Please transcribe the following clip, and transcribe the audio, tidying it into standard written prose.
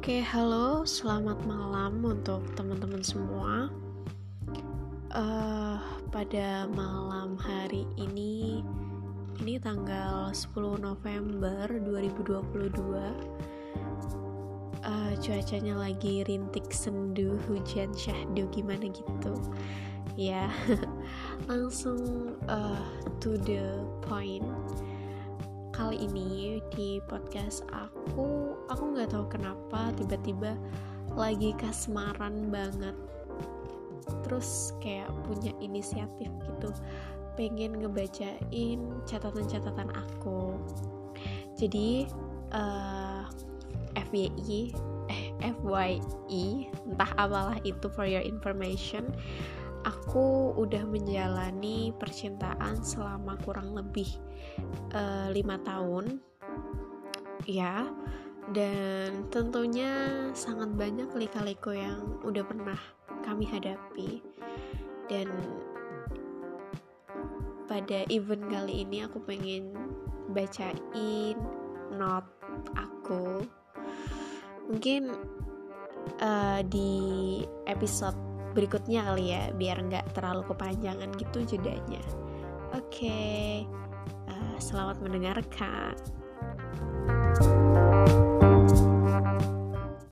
Oke, halo, selamat malam untuk teman-teman semua. Pada malam hari ini tanggal 10 November 2022. Cuacanya lagi rintik sendu, hujan syahdu gimana gitu. Ya, langsung to the point. Kali ini di podcast aku nggak tahu kenapa tiba-tiba lagi kasmaran banget, terus kayak punya inisiatif gitu, pengen ngebacain catatan-catatan aku. Jadi FYI, entah apalah itu, for your information, aku udah menjalani percintaan selama kurang lebih 5 tahun ya, dan tentunya sangat banyak lika-liku yang udah pernah kami hadapi. Dan pada event kali ini aku pengen bacain note aku, mungkin di episode berikutnya kali ya, biar nggak terlalu kepanjangan gitu jedanya. Oke, selamat mendengarkan.